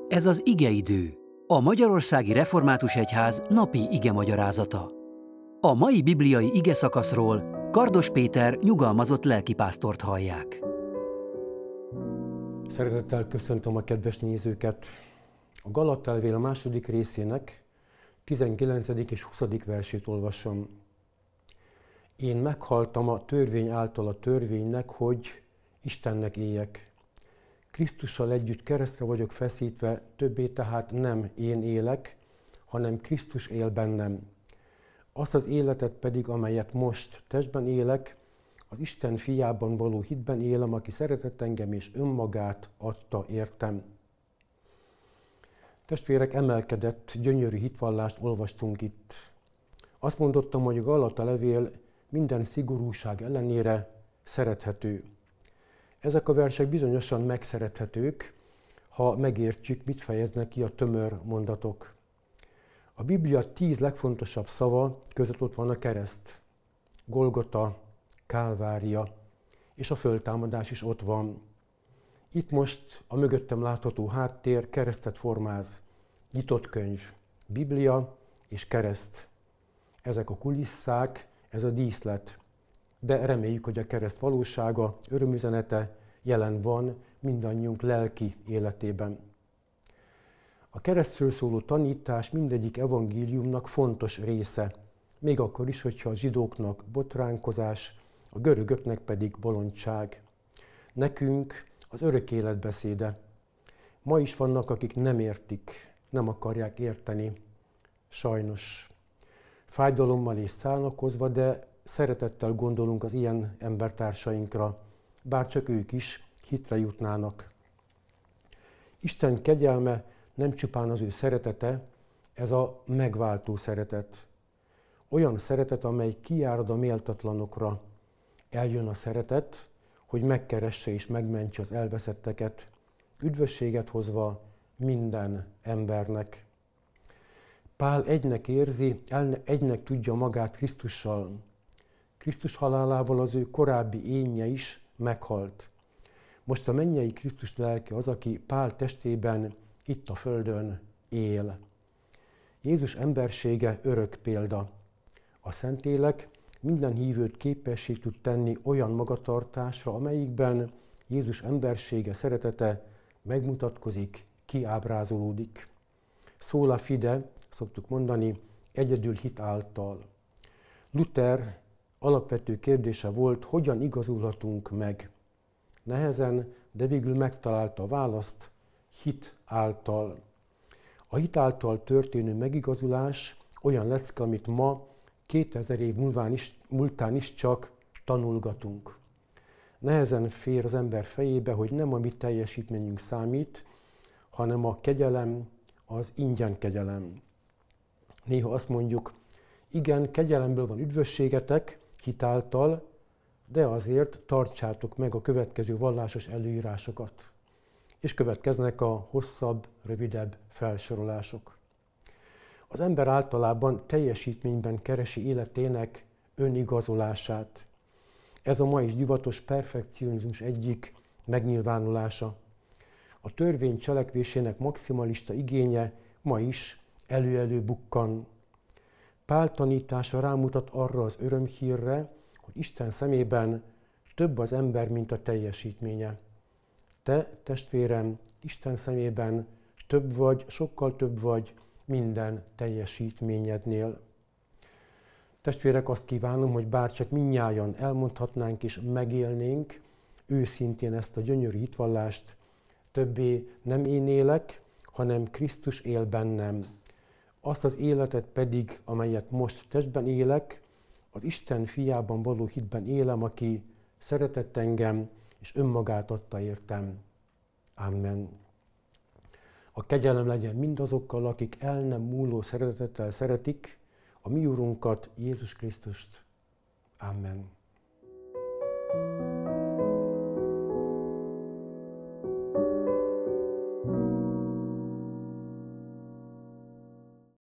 Ez az igeidő, a Magyarországi Református Egyház napi igemagyarázata. A mai bibliai igeszakaszról Kardos Péter nyugalmazott lelkipásztort hallják. Szeretettel köszöntöm a kedves nézőket! A Galatta-levél második részének 19. és 20. versét olvasom. Én meghaltam a törvény által a törvénynek, hogy Istennek éljek. Krisztussal együtt keresztre vagyok feszítve, többé tehát nem én élek, hanem Krisztus él bennem. Azt az életet pedig, amelyet most testben élek, az Isten fiában való hitben élem, aki szeretett engem és önmagát adta értem. Testvérek, emelkedett, gyönyörű hitvallást olvastunk itt. Azt mondottam, hogy a Galatta-levél minden szigorúság ellenére szerethető. Ezek a versek bizonyosan megszerethetők, ha megértjük, mit fejeznek ki a tömör mondatok. A Biblia 10 legfontosabb szava között ott van a kereszt. Golgota, Kálvária, és a föltámadás is ott van. Itt most a mögöttem látható háttér keresztet formáz. Nyitott könyv, Biblia és kereszt. Ezek a kulisszák, ez a díszlet. De reméljük, hogy a kereszt valósága, örömüzenete jelen van mindannyiunk lelki életében. A keresztről szóló tanítás mindegyik evangéliumnak fontos része, még akkor is, hogyha a zsidóknak botránkozás, a görögöknek pedig bolondság. Nekünk az örök élet beszéde. Ma is vannak, akik nem értik, nem akarják érteni. Sajnos. Fájdalommal és szánakozva, de szeretettel gondolunk az ilyen embertársainkra, bár csak ők is hitre jutnának. Isten kegyelme nem csupán az ő szeretete, ez a megváltó szeretet. Olyan szeretet, amely kijárad a méltatlanokra. Eljön a szeretet, hogy megkeresse és megmentse az elveszetteket, üdvösséget hozva minden embernek. Pál egynek érzi, egynek tudja magát Krisztussal. Krisztus halálával az ő korábbi énje is meghalt. Most a mennyei Krisztus lelke az, aki Pál testében itt a földön él. Jézus embersége örök példa. A Szentlélek minden hívőt képessé tud tenni olyan magatartásra, amelyikben Jézus embersége, szeretete megmutatkozik, kiábrázolódik. Sola fide, szoktuk mondani, egyedül hit által. Luther alapvető kérdése volt, hogyan igazulhatunk meg. Nehezen, de végül megtalálta a választ, hit által. A hit által történő megigazulás olyan lecke, amit ma 2000 év múltán is csak tanulgatunk. Nehezen fér az ember fejébe, hogy nem a mi teljesítményünk számít, hanem a kegyelem, az ingyen kegyelem. Néha azt mondjuk, igen, kegyelemből van üdvösségetek, hitáltal, de azért tartsátok meg a következő vallásos előírásokat. És következnek a hosszabb, rövidebb felsorolások. Az ember általában teljesítményben keresi életének önigazolását. Ez a ma is divatos perfekcionizmus egyik megnyilvánulása. A törvény cselekvésének maximalista igénye ma is elő-elő bukkan. Pál tanítása rámutat arra az örömhírre, hogy Isten szemében több az ember, mint a teljesítménye. Te, testvérem, Isten szemében több vagy, sokkal több vagy minden teljesítményednél. Testvérek, azt kívánom, hogy bárcsak mindnyájan elmondhatnánk és megélnénk őszintén ezt a gyönyörű hitvallást, többé nem én élek, hanem Krisztus él bennem. Azt az életet pedig, amelyet most testben élek, az Isten fiában való hitben élem, aki szeretett engem, és önmagát adta értem. Amen. A kegyelem legyen mindazokkal, akik el nem múló szeretettel szeretik a mi Urunkat, Jézus Krisztust. Amen.